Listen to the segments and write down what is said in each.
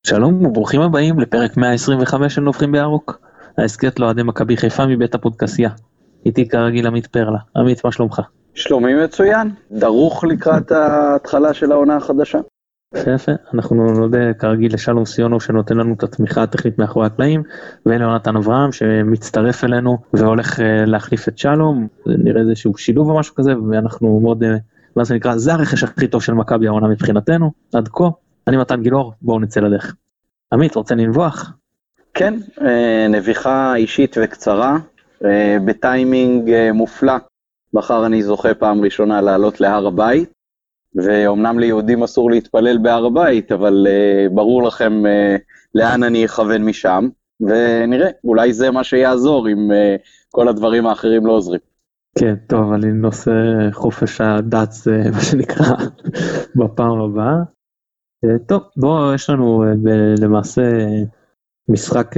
שלום וברוכים הבאים לפרק 125 של נובחים בירוק. ההסכת לאוהדי מכבי חיפה מבית הפודקסייה. איתי כרגיל עמית פרלה. עמית, מה שלומך? שלומי מצוין, דרוך לקראת ההתחלה של העונה החדשה. יפה, אנחנו נודה כרגיל לשלום סיונו שנותן לנו את התמיכה הטכנית מאחורי הקלעים, וליונתן אברהם שמצטרף אלינו והולך להחליף את שלום. נראה איזשהו שילוב או משהו כזה, ואנחנו מאוד, מה זה נקרא, זה הרכש הכי טוב של מכבי העונה מבחינתנו, עד כה. אני מתן גילאור, בואו נצא לדרך. עמית, רוצה לנבוח? כן, נביחה אישית וקצרה, בטיימינג מופלא. מחר אני זוכה פעם ראשונה לעלות להר הבית, ואומנם ליהודים אסור להתפלל בהר הבית, אבל ברור לכם לאן אני אכוון משם, ונראה, אולי זה מה שיעזור אם כל הדברים האחרים לא עוזרים. כן, טוב, אבל אני נושא חופש הדת, זה מה שנקרא, בפעם הבאה. טוב, בוא, יש לנו למעשה משחק,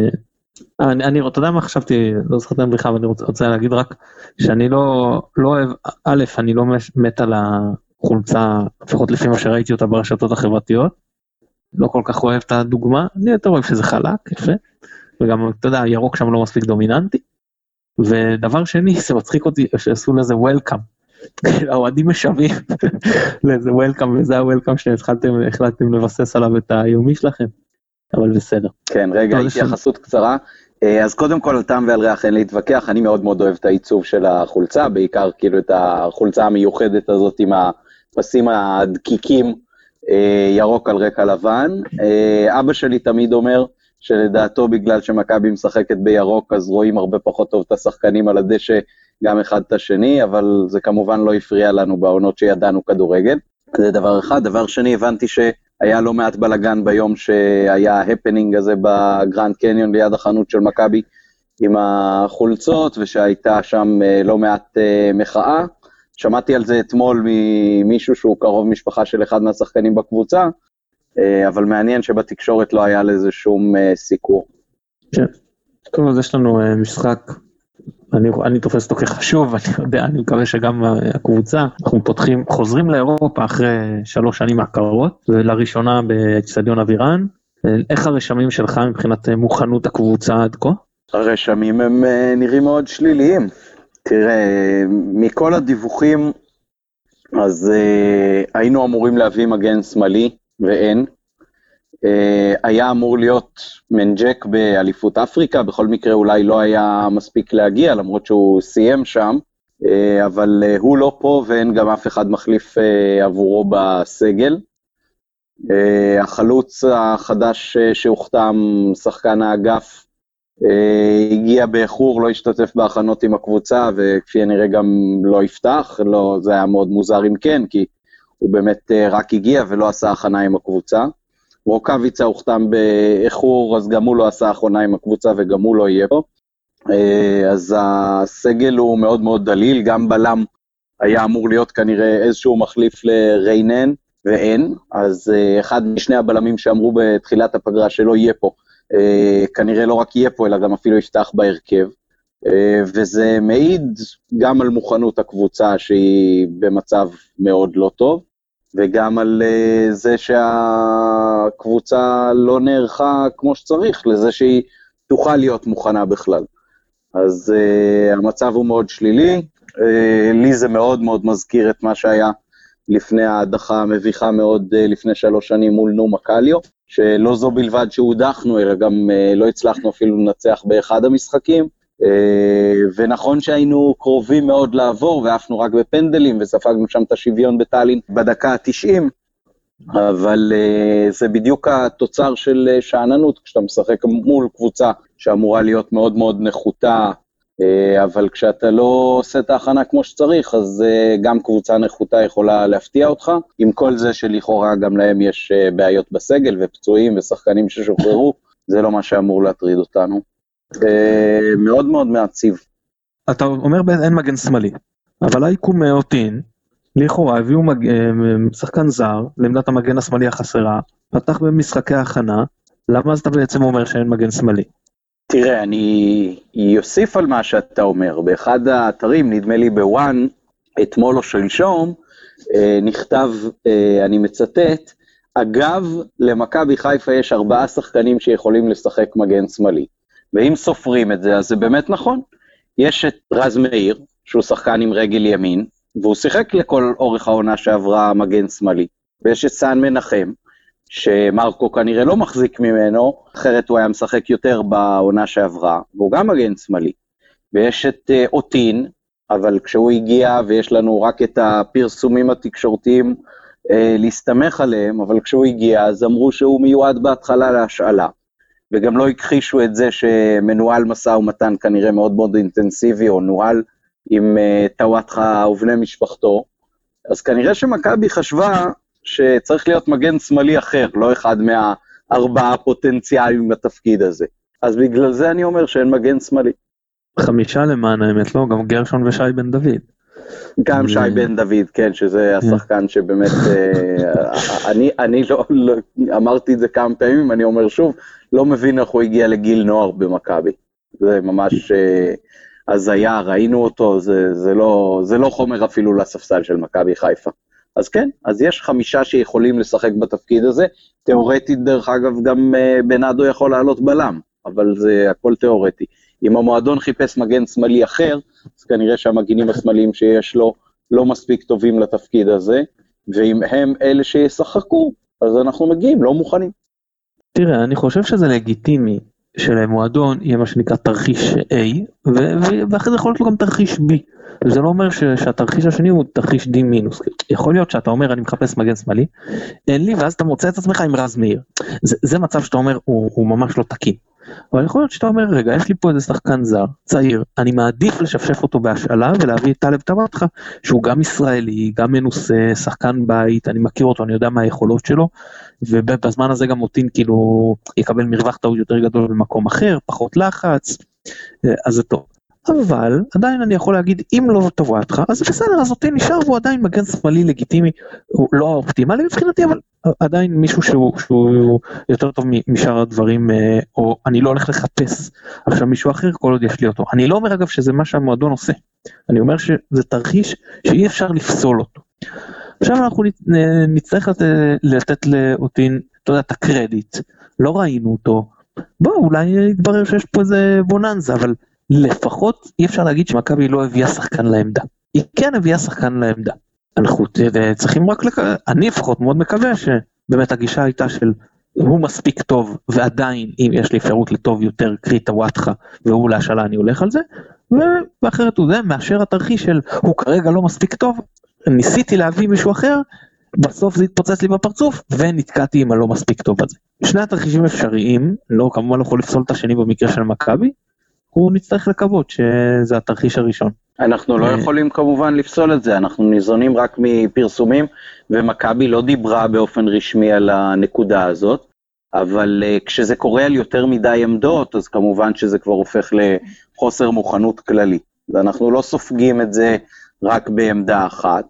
אתה יודע מה חשבתי, לא זוכרת להם בריחה, אבל אני רוצה להגיד רק שאני לא אוהב, א', אני לא מת על החולצה, לפחות לפי מה שראיתי אותה ברשתות החברתיות, לא כל כך אוהב את הדוגמה, אני יותר אוהב שזה חלק, יפה, וגם, אתה יודע, הירוק שם לא מספיק דומיננטי, ודבר שני, זה מצחיק אותי, שעשו לזה וולקאם, האוהדים משווים לאיזה וולקאם, וזה הוולקאם שהחלטתם לבסס עליו את האיומי שלכם, אבל בסדר. כן, רגע, התייחסות קצרה. אז קודם כל, על טעם ועל ריח אין להתווכח, אני מאוד מאוד אוהב את העיצוב של החולצה, בעיקר כאילו את החולצה המיוחדת הזאת עם הפסים הדקיקים, ירוק על רקע לבן. אבא שלי תמיד אומר שלדעתו בגלל שמכבי משחקת בירוק, אז רואים הרבה פחות טוב את השחקנים על הדשא, גם אחד את השני, אבל זה כמובן לא הפריע לנו בעונות שידענו כדורגל. זה דבר אחד. דבר שני, הבנתי שהיה לא מעט בלגן ביום שהיה הפנינג הזה בגרנד קניון ליד החנות של מכבי עם החולצות, ושהייתה שם לא מעט מחאה. שמעתי על זה אתמול ממישהו שהוא קרוב משפחה של אחד מהשחקנים בקבוצה, אבל מעניין שבתקשורת לא היה לזה שום סיקור. כן. טוב, אז יש לנו משחק, אני תופס אותו כחשוב, אני יודע, אני מקווה שגם הקבוצה, אנחנו חוזרים לאירופה אחרי 3 שנים הקרות, ולראשונה באצטדיון אבירן. איך הרשמים שלך מבחינת מוכנות הקבוצה עד כה? הרשמים הם נראים מאוד שליליים. תראה, מכל הדיווחים, אז היינו אמורים להביא מגן שמאלי, ואין. היה אמור להיות מנג'ק באליפות אפריקה, בכל מקרה אולי לא היה מספיק להגיע, למרות שהוא סיים שם, אבל הוא לא פה ואין גם אף אחד מחליף עבורו בסגל. החלוץ החדש שהוכתם, שחקן האגף, הגיע באיחור, לא השתתף בהכנות עם הקבוצה, וכפי הנראה גם לא יפתח, לא, זה היה מאוד מוזר אם כן, כי הוא באמת רק הגיע ולא עשה הכנה עם הקבוצה. רוקאביצה הוכתם באיחור, אז גם הוא לא עשה הכנה עם הקבוצה וגם הוא לא יהיה פה. אז הסגל הוא מאוד מאוד דליל, גם בלם היה אמור להיות כנראה איזשהו מחליף לריינן, ואין. אז אחד משני הבלמים שאמרו בתחילת הפגרה שלא יהיה פה, כנראה לא רק יהיה פה, אלא גם אפילו יפתח בהרכב. וזה מעיד גם על מוכנות הקבוצה שהיא במצב מאוד לא טוב, וגם על זה שהקבוצה לא נערכה כמו שצריך, לזה שהיא תוכל להיות מוכנה בכלל. אז המצב הוא מאוד שלילי, לי זה מאוד מאוד מזכיר את מה שהיה לפני ההדחה המביכה מאוד לפני 3 שנים מול נומה קליו, שלא זו בלבד שהודחנו, אלא גם לא הצלחנו אפילו לנצח באחד המשחקים, ונכון שהיינו קרובים מאוד לעבור, ואפנו רק בפנדלים, וספגנו שם את השוויון בטלין בדקה ה-90, אבל זה בדיוק התוצר של שעננות, כשאתה משחק מול קבוצה שאמורה להיות מאוד מאוד נחותה, אבל כשאתה לא עושה את ההכנה כמו שצריך, אז גם קבוצה נחותה יכולה להפתיע אותך, עם כל זה שלכאורה גם להם יש בעיות בסגל, ופצועים ושחקנים ששוחררו, זה לא מה שאמור להטריד אותנו. מאוד מאוד מעציב. אתה אומר אין מגן שמאלי, אבל אייקום מאוטין, לכאורה הביאו שחקן זר, לעמדת המגן השמאלי החסרה, פתח במשחקי ההכנה, למה אז אתה בעצם אומר שאין מגן שמאלי? תראה, אני יוסיף על מה שאתה אומר, באחד האתרים, נדמה לי בוואן, אתמול או שלשום, נכתב, אני מצטט, אגב, למכבי חיפה יש 4 שחקנים שיכולים לשחק מגן שמאלי, ואם סופרים את זה, אז זה באמת נכון. יש את רז מאיר, שהוא שחקן עם רגל ימין, והוא שיחק לכל אורך העונה שעברה מגן שמאלי, ויש את סן מנחם, שמרקו כנראה לא מחזיק ממנו, אחרת הוא היה משחק יותר בעונה שעברה, והוא גם מגן שמאלי. ויש את אוטין, אבל כשהוא הגיע, ויש לנו רק את הפרסומים התקשורתיים להסתמך עליהם, אבל כשהוא הגיע, אז אמרו שהוא מיועד בהתחלה להשאלה, וגם לא הכחישו את זה שמנוהל מסע ומתן כנראה מאוד מאוד אינטנסיבי, או נוהל עם טוואטחה ובני משפחתו, אז כנראה שמכבי חשבה שצריך להיות מגן שמאלי אחר, לא אחד מה4 הפוטנציאלים בתפקיד הזה. אז בגלל זה אני אומר שאין מגן שמאלי. 5 למען האמת, לא? גם גרשון ושי בן דוד. גם שי בן דוד, כן, שזה השחקן שבאמת, אני לא, אמרתי את זה כמה פעמים, אני אומר שוב, לא מבין איך הוא הגיע לגיל נוער במכבי. זה ממש הזיה, ראינו אותו, זה לא חומר אפילו לספסל של מכבי חיפה. אז כן, אז יש 5 שיכולים לשחק בתפקיד הזה, תיאורטית דרך אגב גם בנאדו יכול לעלות בלם, אבל זה הכל תיאורטי. אם המועדון חיפש מגן שמאלי אחר, אז כנראה שהמגינים השמאליים שיש לו לא מספיק טובים לתפקיד הזה, ואם הם אלה שישחקו, אז אנחנו מגיעים, לא מוכנים. תראה, אני חושב שזה לגיטימי שלמועדון יהיה מה שנקרא תרחיש A, ואחרי זה יכול להיות לו גם תרחיש B. זה לא אומר שהתרחיש השני הוא תרחיש D מינוס. יכול להיות שאתה אומר אני מחפש מגן שמאלי, אין לי, ואז אתה מוצא את עצמך עם רז מאיר. זה מצב שאתה אומר הוא ממש לא תקין. אבל יכול להיות שאתה אומר רגע, יש לי פה איזה שחקן זר, צעיר, אני מעדיף לשפשף אותו בהשאלה ולהביא את טלב טוואטחה, שהוא גם ישראלי, גם מנוסה, שחקן בית, אני מכיר אותו, אני יודע מה היכולות שלו, ובזמן הזה גם אוטין כאילו יקבל מרווח טעות יותר גדול במקום אחר, פחות לחץ, אז זה טוב. אבל עדיין אני יכול להגיד, אם לא טוואטחה, אז בסדר, אז אוטין נשאר והוא עדיין מגן שמאלי לגיטימי, הוא לא אופטימלי מבחינתי, אבל עדיין מישהו שהוא יותר טוב משאר הדברים, או אני לא הולך לחפש עכשיו מישהו אחר, כל עוד יש לי אותו. אני לא אומר אגב שזה מה שהמועדון עושה, אני אומר שזה תרחיש שאי אפשר לפסול אותו. עכשיו אנחנו נצטרך לתת לאוטין, אתה יודע, את הקרדיט, לא ראינו אותו, אולי יתברר שיש פה איזה בוננזה, אבל לפחות אי אפשר להגיד שמכבי לא הביאה שחקן לעמדה. היא כן הביאה שחקן לעמדה. אנחנו צריכים רק אני לפחות מאוד מקווה שבאמת הגישה הייתה של הוא מספיק טוב, ועדיין אם יש לי אפשרות לטוב יותר קרי טוואטחה, והוא להשאלה אני הולך על זה, ואחרת הוא זה, מאשר התרחיש של הוא כרגע לא מספיק טוב, ניסיתי להביא מישהו אחר, בסוף זה התפוצץ לי בפרצוף, ונתקעתי עם הלא מספיק טוב הזה. שני התרחישים אפשריים, לא, כמובן לא יכול לפסול את השני במקרה של מכבי, הוא נצטרך לקוות שזה התרחיש הראשון. אנחנו לא יכולים כמובן לפסול את זה, אנחנו ניזונים רק מפרסומים, ומכבי לא דיברה באופן רשמי על הנקודה הזאת, אבל כשזה קורה על יותר מדי עמדות, אז כמובן שזה כבר הופך לחוסר מוכנות כללי. ואנחנו לא סופגים את זה רק בעמדה אחת,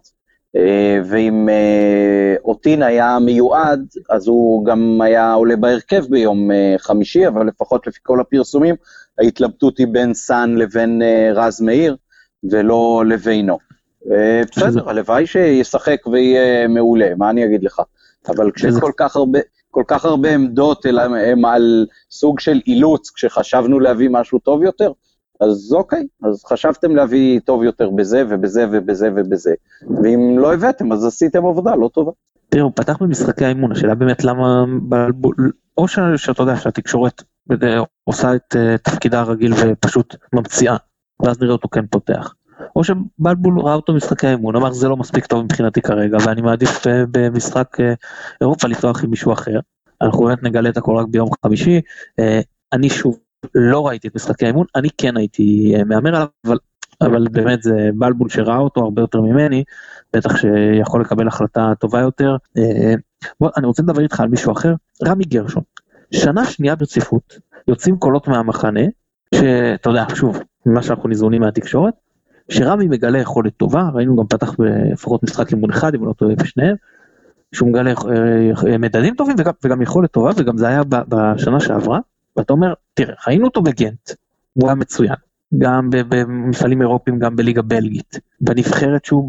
ואם אוטין היה מיועד, אז הוא גם היה עולה בהרכב ביום חמישי, אבל לפחות לפי כל הפרסומים, ההתלבטות היא בין סן לבין רז מאיר, ולא לבינו. בסדר, הלוואי שישחק ויהיה מעולה, מה אני אגיד לך? אבל כשיש כל כך הרבה עמדות, הם על סוג של אילוץ, כשחשבנו להביא משהו טוב יותר, אז אוקיי, אז חשבתם להביא טוב יותר בזה ובזה ובזה ובזה, ואם לא הבאתם, אז עשיתם עבודה לא טובה. תראה, הוא פתח במשחקי האימון, השאלה באמת למה, או שאתה יודע שהתקשורת עושה את תפקידה הרגיל ופשוט ממציאה, ואז נראה אותו כן פותח. או שבלבול ראה אותו במשחקי האימון, אמר זה לא מספיק טוב מבחינתי כרגע, ואני מעדיף במשחק אירופה לפתוח עם מישהו אחר. אנחנו באמת נגלה את הכל רק ביום חמישי, אני שוב לא ראיתי את משחקי האימון, אני כן הייתי מאמר עליו, אבל באמת זה בלבול שראה אותו הרבה יותר ממני, בטח שיכול לקבל החלטה טובה יותר. בוא, אני רוצה לדבר איתך על מישהו אחר, רמי גרשון, שנה שנייה ברציפות, יוצאים קולות מהמחנה, שאתה יודע, שוב, ממה שאנחנו ניזונים מהתקשורת, שרמי מגלה יכולת טובה, ראינו גם פתח לפחות משחק אימון אחד, אם לא טועה בשניהם, שהוא מגלה מדדים טובים וגם יכולת טובה, וגם זה היה בשנה שעברה, ואתה אומר, תראה, ראינו אותו בגנט, הוא היה מצוין, גם במפעלים אירופיים, גם בליגה בלגית, בנבחרת שהוא בא,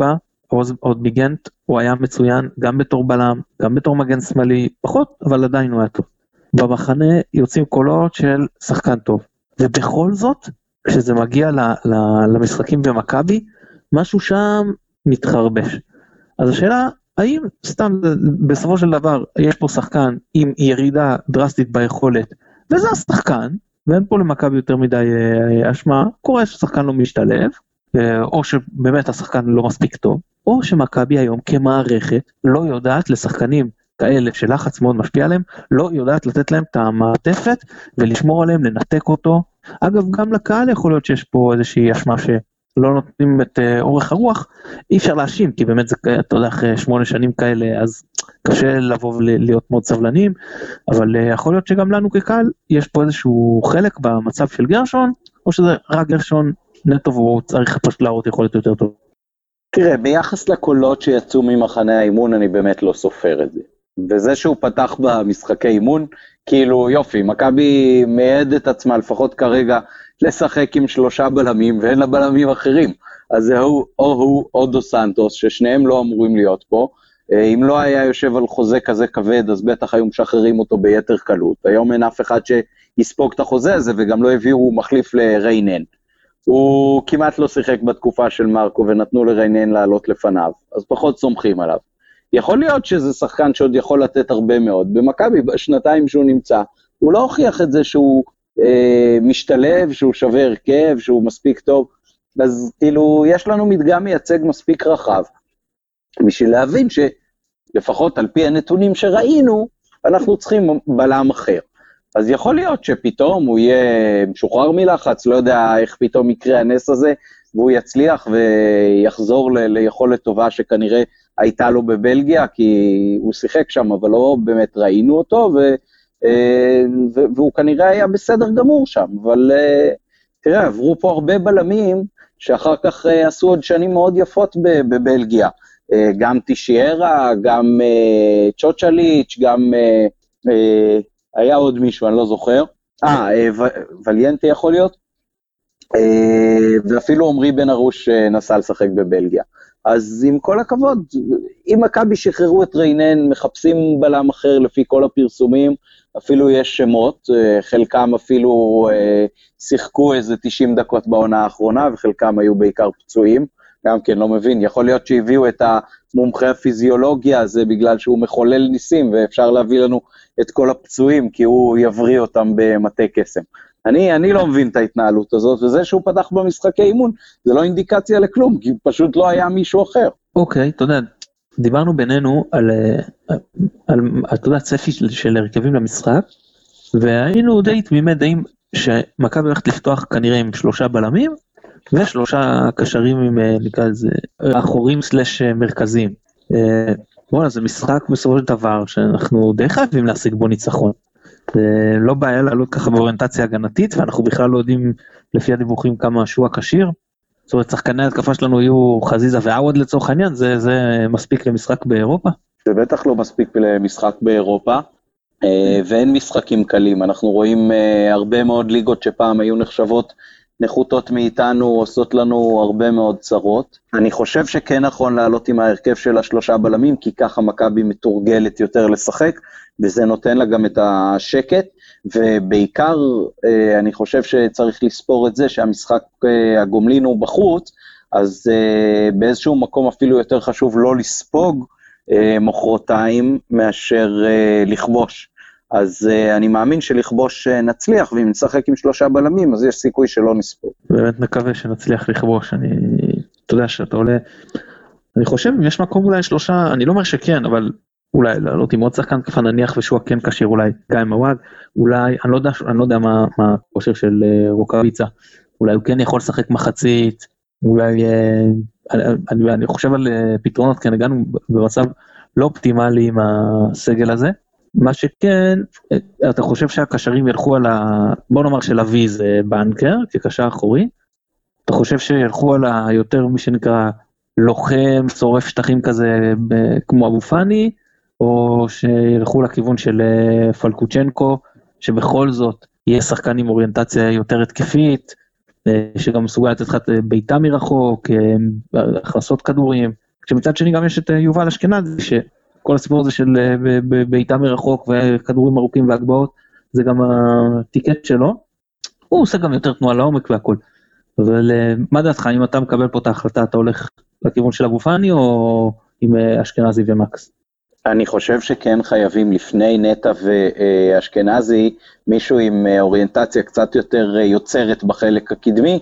עוד ביגנט, הוא היה מצוין גם בתור בלם, גם בתור מגן שמאלי, פחות, אבל עדיין הוא היה טוב. במחנה יוצאים קולות של שחקן טוב, ובכל זאת, כשזה מגיע למשחקים במכבי, משהו שם מתחרבש. אז השאלה, האם סתם בסופו של דבר, יש פה שחקן עם ירידה דרסטית ביכולת, וזה השחקן, ואין פה למכבי יותר מדי אשמה, קורה ששחקן לא משתלב, או שבאמת השחקן לא מספיק טוב, או שמכבי היום כמערכת לא יודעת לשחקנים כאלה שלחץ מאוד משפיע עליהם, לא יודעת לתת להם את המעטפת ולשמור עליהם, לנתק אותו. אגב, גם לקהל יכול להיות שיש פה איזושהי אשמה שלא נותנים את אורך הרוח, אי אפשר להאשים, כי באמת זה, אתה יודע, אחרי 8 שנים כאלה, אז קשה לבוא ולהיות מאוד סבלנים, אבל יכול להיות שגם לנו כקהל, יש פה איזשהו חלק במצב של גרשון, או שזה רק גרשון נטו והוא צריך פשוט להראות יכולת יותר טוב. תראה, ביחס לקולות שיצאו ממחנה האימון, אני באמת לא סופר את זה. וזה שהוא פתח במשחקי אימון, כאילו יופי, מכבי מעד את עצמה, לפחות כרגע, לשחק עם 3 בלמים, ואין לה בלמים אחרים. אז זהו, או הוא או דו סנטוס, ששניהם לא אמורים להיות פה. אם לא היה יושב על חוזה כזה כבד, אז בטח היו משחררים אותו ביתר קלות. היום אין אף אחד שיספוג את החוזה הזה, וגם לא הביאו מחליף לריינן. הוא כמעט לא שיחק בתקופה של מרקו, ונתנו לריינן לעלות לפניו, אז פחות סומכים עליו. יכול להיות שזה שחקן שעוד יכול לתת הרבה מאוד, במכבי בשנתיים שהוא נמצא, הוא לא הוכיח את זה שהוא משתלב, שהוא שווה הרכב, שהוא מספיק טוב, אז כאילו יש לנו מדגם מייצג מספיק רחב, בשביל להבין שלפחות על פי הנתונים שראינו, אנחנו צריכים בלם אחר. אז יכול להיות שפתאום הוא יהיה משוחרר מלחץ, לא יודע איך פתאום יקרה הנס הזה, והוא יצליח ויחזור ליכולת טובה שכנראה הייתה לו בבלגיה, כי הוא שיחק שם, אבל לא באמת ראינו אותו, והוא כנראה היה בסדר גמור שם, אבל תראה, עברו פה הרבה בלמים, שאחר כך עשו עוד שנים מאוד יפות בבלגיה, גם טישיירה, גם צ'וצ'ליץ', גם היה עוד מישהו, אני לא זוכר, וליאנטי יכול להיות, ואפילו עומרי בן ארוש נסע לשחק בבלגיה. אז עם כל הכבוד, אם מכבי שחררו את ריינן, מחפשים בלם אחר לפי כל הפרסומים, אפילו יש שמות, חלקם אפילו שיחקו איזה 90 דקות בעונה האחרונה, וחלקם היו בעיקר פצועים, גם כן לא מבין, יכול להיות שהביאו את המומחי הפיזיולוגיה הזה, בגלל שהוא מחולל ניסים, ואפשר להביא לנו את כל הפצועים, כי הוא יבריא אותם במטה קסם. אני לא מבין את ההתנהלות הזאת, וזה שהוא פתח במשחקי אימון, זה לא אינדיקציה לכלום, כי פשוט לא היה מישהו אחר. אוקיי, אתה יודע, דיברנו בינינו על אתה יודע, צפי של הרכבים למשחק, והיינו די תמימי דעים שמכבי הולכת לפתוח כנראה עם 3 בלמים, ו3 קשרים עם נקרא לזה אחורים סלש מרכזיים. בואו, זה משחק בסופו של דבר שאנחנו די חייבים להשיג בו ניצחון. לא בעיה לעלות ככה באוריינטציה הגנתית, ואנחנו בכלל לא יודעים לפי הדיווחים כמה שהוא הקשיר. זאת אומרת, שחקני התקפה שלנו יהיו חזיזה ועווד לצורך העניין, זה מספיק למשחק באירופה? זה בטח לא מספיק למשחק באירופה, ואין משחקים קלים. אנחנו רואים הרבה מאוד ליגות שפעם היו נחשבות נחותות מאיתנו, עושות לנו הרבה מאוד צרות. אני חושב שכן נכון לעלות עם ההרכב של 3 בלמים, כי ככה מכבי מתורגלת יותר לשחק, וזה נותן לה גם את השקט, ובעיקר אני חושב שצריך לספור את זה שהמשחק הגומלין הוא בחוץ, אז באיזשהו מקום אפילו יותר חשוב לא לספוג מחרתיים מאשר לכבוש. אז אני מאמין שלכבוש נצליח, ואם נשחק עם 3 בלמים, אז יש סיכוי שלא נספוג. באמת מקווה שנצליח לכבוש, אתה יודע שאתה עולה, אני חושב אם יש מקום אולי 3, אני לא אומר שכן, אבל אולי לעלות עם עוד שחקן ככה נניח ושוע כן קשיר, אולי גיא מוואג, אולי, אני לא יודע מה הכושר של רוקאביצה, אולי הוא כן יכול לשחק מחצית, אולי, אני חושב על פתרונות, כי הגענו במצב לא אופטימלי עם הסגל הזה, מה שכן, אתה חושב שהקשרים ילכו על בוא נאמר של אבי זה בנקר, כקשר אחורי, אתה חושב שילכו על יותר מי שנקרא לוחם, צורף שטחים כזה כמו אבו פני, או שילכו לכיוון של פלקוצ'נקו, שבכל זאת יהיה שחקן עם אוריינטציה יותר התקפית, שגם מסוגל לתת לך בעיטה מרחוק, הכנסות כדורים, כשמצד שני גם יש את יובל אשכנזי, שכל הסיפור הזה של בעיטה מרחוק וכדורים ארוכים והגבהות, זה גם הטיקט שלו, הוא עושה גם יותר תנועה לעומק והכל. אבל מה דעתך, אם אתה מקבל פה את ההחלטה, אתה הולך לכיוון של אבו פאני או עם אשכנזי ומקס? אני חושב שכן חייבים לפני נטע ואשכנזי, מישהו עם אוריינטציה קצת יותר יוצרת בחלק הקדמי,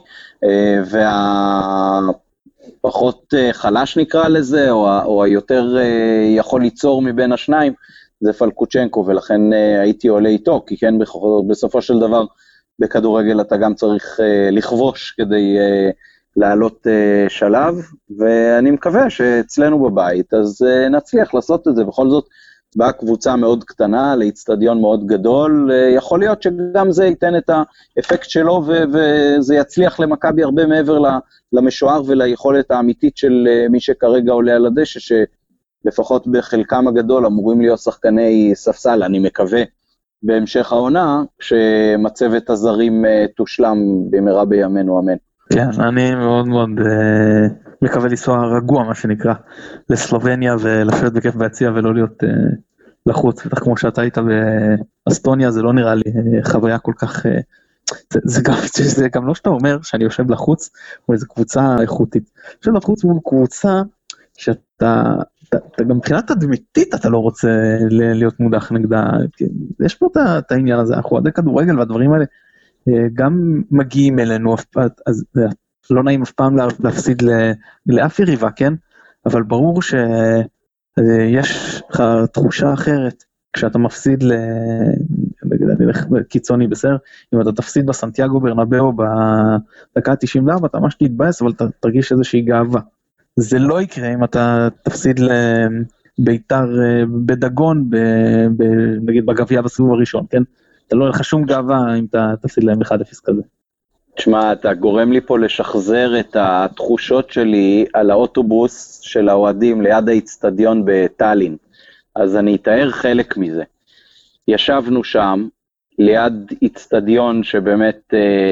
והפחות חלש נקרא לזה, או היותר יכול ליצור מבין השניים, זה פלקוצ'נקו, ולכן הייתי עולה איתו, כי כן בסופו של דבר בכדורגל אתה גם צריך לכבוש כדי לעלות שלב, ואני מקווה שאצלנו בבית, אז נצליח לעשות את זה. בכל זאת, באה קבוצה מאוד קטנה, לאצטדיון מאוד גדול, יכול להיות שגם זה ייתן את האפקט שלו, וזה יצליח למכבי הרבה מעבר למשוער וליכולת האמיתית של מי שכרגע עולה על הדשא, שלפחות בחלקם הגדול אמורים להיות שחקני ספסל, אני מקווה, בהמשך העונה, כשמצבת הזרים תושלם במהרה בימינו, אמן. כן, אני מאוד מאוד מקווה לנסוע רגוע, מה שנקרא, לסלובניה ולשבת בכיף ביציע ולא להיות לחוץ, בטח כמו שאתה היית באסטוניה, זה לא נראה לי חוויה כל כך, זה גם לא שאתה אומר שאני יושב לחוץ, או איזו קבוצה איכותית, יושב לחוץ מול קבוצה שאתה גם מבחינת הדמיתית אתה לא רוצה להיות מודח נגדה, יש פה את העניין הזה, אנחנו עדי כדורגל והדברים האלה, גם מגיעים אלינו, אז לא נעים אף פעם להפסיד לאף יריבה, כן? אבל ברור שיש לך תחושה אחרת, כשאתה מפסיד אני אלך קיצוני בסדר, אם אתה תפסיד בסנטיאגו ברנבאו בדקה 94, אתה ממש תתבאס, אבל אתה תרגיש איזושהי גאווה. זה לא יקרה אם אתה תפסיד לביתר בדגון, נגיד בגביע בסיבוב הראשון, כן? אתה לא הולך שום גאווה אם אתה תפסיד להם 1-0 כזה. תשמע, אתה גורם לי פה לשחזר את התחושות שלי על האוטובוס של האוהדים ליד האצטדיון בטלין. אז אני אתאר חלק מזה. ישבנו שם, ליד אצטדיון שבאמת,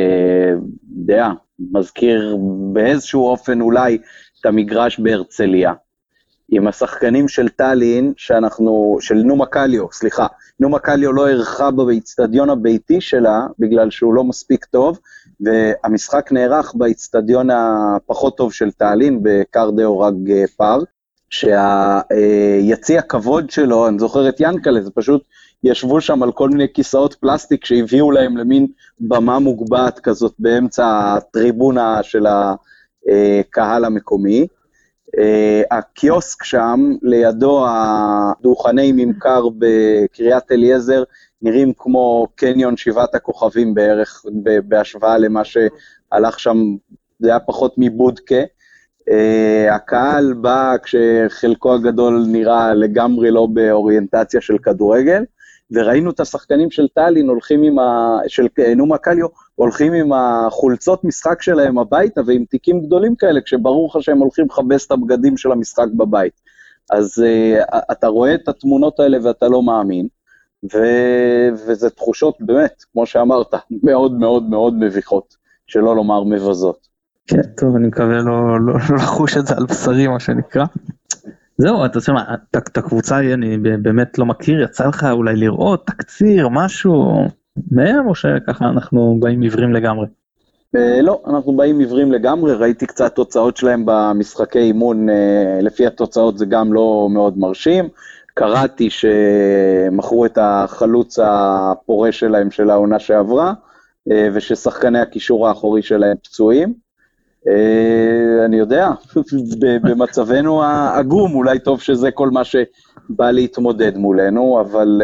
מזכיר באיזשהו אופן אולי את המגרש בהרצליה. עם השחקנים של טלין, של נומה קליו, סליחה, נומה קליו לא ערכה באצטדיון הביתי שלה, בגלל שהוא לא מספיק טוב, והמשחק נערך באצטדיון הפחות טוב של טלין, בקרדה אורג פארק, שהיציע הכבוד שלו, אני זוכר את ינקלה, זה פשוט ישבו שם על כל מיני כיסאות פלסטיק, שהביאו להם למין במה מוגבעת כזאת, באמצע הטריבונה של הקהל המקומי, הקיוסק שם, לידו הדוכני ממכר בקריית אליעזר, נראים כמו קניון 7 הכוכבים בערך, בהשוואה למה שהלך שם, זה היה פחות מבודקה, הקהל בא כשחלקו הגדול נראה לגמרי לא באוריינטציה של כדורגל, וראינו את השחקנים של טלין של נומה קליו, הולכים עם החולצות משחק שלהם הביתה, ועם תיקים גדולים כאלה, כשברור לך שהם הולכים לחבש את הבגדים של המשחק בבית. אז אתה רואה את התמונות האלה ואתה לא מאמין, וזה תחושות באמת, כמו שאמרת, מאוד מאוד מאוד מביכות, שלא לומר מבזות. כן, טוב, אני מקווה לא לחוש את זה על בשרי, מה שנקרא. זהו, אתה יודע מה, את הקבוצה אני באמת לא מכיר, יצא לך אולי לראות תקציר, משהו מהם, או שככה אנחנו באים עיוורים לגמרי? לא, אנחנו באים עיוורים לגמרי, ראיתי קצת תוצאות שלהם במשחקי אימון, לפי התוצאות זה גם לא מאוד מרשים, קראתי שמכרו את החלוץ הפורה שלהם של העונה שעברה, וששחקני הקישור האחורי שלהם פצועים, אני יודע, במצבנו העגום, אולי טוב שזה כל מה שבא להתמודד מולנו, אבל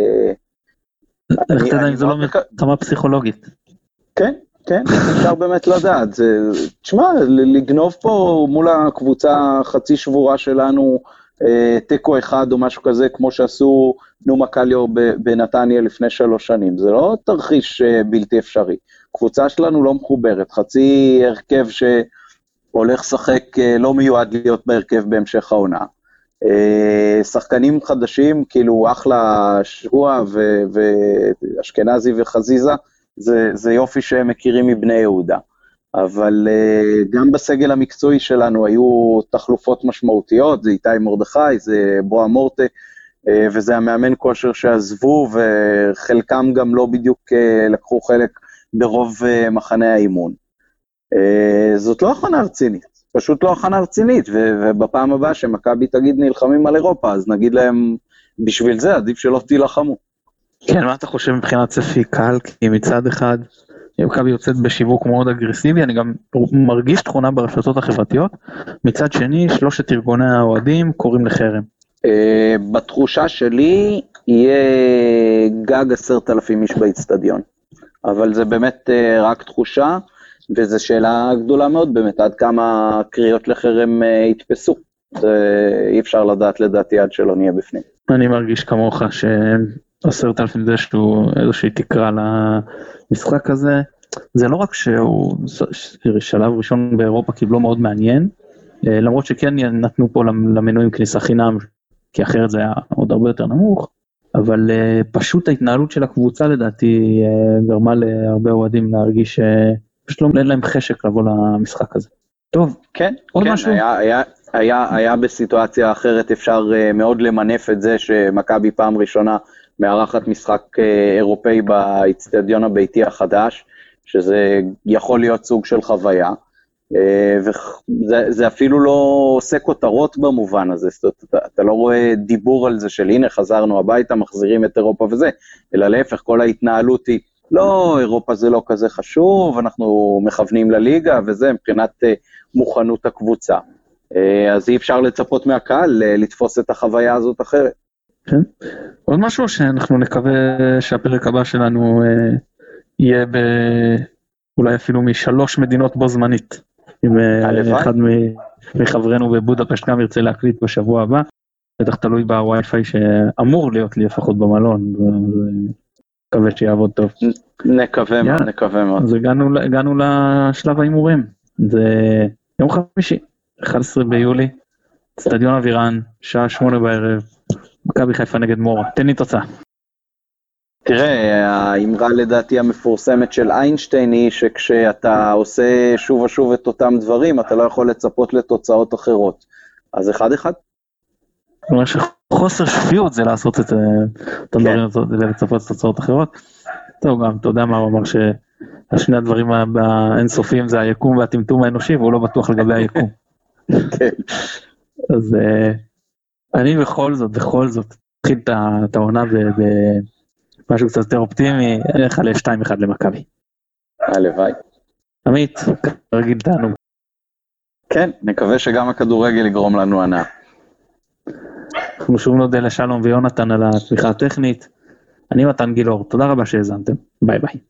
איך תדע אם זה לא מתאמה פסיכולוגית? כן, כן, אפשר באמת לדעת. תשמע, לגנוב פה מול הקבוצה חצי שבורה שלנו, טקו אחד או משהו כזה, כמו שעשו נומה קליו בנתניה לפני 3 שנים, זה לא תרחיש בלתי אפשרי. קבוצה שלנו לא מחוברת, חצי הרכב שהולך שחק לא מיועד להיות בהרכב בהמשך העונה. שחקנים חדשים, כאילו אחלה שועה ואשכנזי וחזיזה, זה יופי שהם מכירים מבני יהודה. אבל גם בסגל המקצועי שלנו היו תחלופות משמעותיות, זה איתי מרדכי, זה בואה מורטה, וזה המאמן כושר שעזבו, וחלקם גם לא בדיוק לקחו חלק ברוב מחנה האימון. זאת לא הכנה רצינית, פשוט לא הכנה רצינית, ובפעם הבאה שמכבי תגיד נלחמים על אירופה, אז נגיד להם, בשביל זה עדיף שלא תילחמו. כן, מה אתה חושב מבחינת צפי קל? כי מצד אחד, מכבי יוצאת בשיווק מאוד אגרסיבי, אני גם מרגיש תכונה ברשתות החברתיות, מצד שני, 3 ארגוני האוהדים קוראים לחרם. בתחושה שלי, יהיה גג 10,000 איש באצטדיון, אבל זה באמת רק תחושה, וזו שאלה גדולה מאוד באמת, עד כמה קריאות לחרם יתפסו, אי אפשר לדעת לדעתי עד שלא נהיה בפנים. אני מרגיש כמוך ש10,000 זה איזושהי תקרה למשחק הזה, זה לא רק שהוא שלב ראשון באירופה קיבלו מאוד מעניין, למרות שכן נתנו פה למנויים כניסה חינם, כי אחרת זה היה עוד הרבה יותר נמוך, אבל פשוט ההתנהלות של הקבוצה לדעתי גרמה להרבה אוהדים להרגיש פשוט לא אין להם חשק לבוא למשחק הזה. טוב, כן, עוד כן, משהו? היה בסיטואציה אחרת אפשר מאוד למנף את זה שמכבי פעם ראשונה מארחת משחק אירופאי באצטדיון הביתי החדש, שזה יכול להיות סוג של חוויה, וזה אפילו לא עושה כותרות במובן הזה, אתה לא רואה דיבור על זה של הנה חזרנו הביתה, מחזירים את אירופה וזה, אלא להפך, כל ההתנהלות היא, לא, אירופה זה לא כזה חשוב, אנחנו מכוונים לליגה וזה מבחינת מוכנות הקבוצה, אז אי אפשר לצפות מהקהל לתפוס את החוויה הזאת אחרת. כן. עוד משהו שאנחנו נקווה שהפרק הבא שלנו יהיה אולי אפילו מ3 מדינות בו זמנית, אם אחד מחברנו בבודפשט גם ירצה להקליט בשבוע הבא, בטח תלוי בווי-פיי שאמור להיות לי לפחות במלון, מקווה שיעבוד טוב. נקווה מאוד, נקווה מאוד. אז הגענו לשלב האימורים, זה יום חמישי, 11 ביולי, אצטדיון אבירן, שעה 8 בערב, מכבי חיפה נגד מורה, תן לי תוצאה. תראה, האמרה לדעתי המפורסמת של איינשטיין היא שכשאתה עושה שוב ושוב את אותם דברים, אתה לא יכול לצפות לתוצאות אחרות. אז 1-1. זאת אומרת שחוסר שפיות זה לעשות את אותם דברים, זה לצפות לתוצאות אחרות. טוב, גם אתה יודע מה הוא אמר שהשני הדברים האינסופיים זה היקום והטמטום האנושי, והוא לא בטוח לגבי היקום. כן. אז אני בכל זאת, התחיל את העונה משהו קצת יותר אופטימי, אני אלך על 2-1 למכבי. הלוואי. עמית, כרגיל תענוג. כן, נקווה שגם הכדורגל יגרום לנו הנאה. אנחנו שוב נודה לשלום ויונתן על התמיכה הטכנית. אני מתן גילאור, תודה רבה שהאזנתם, ביי ביי.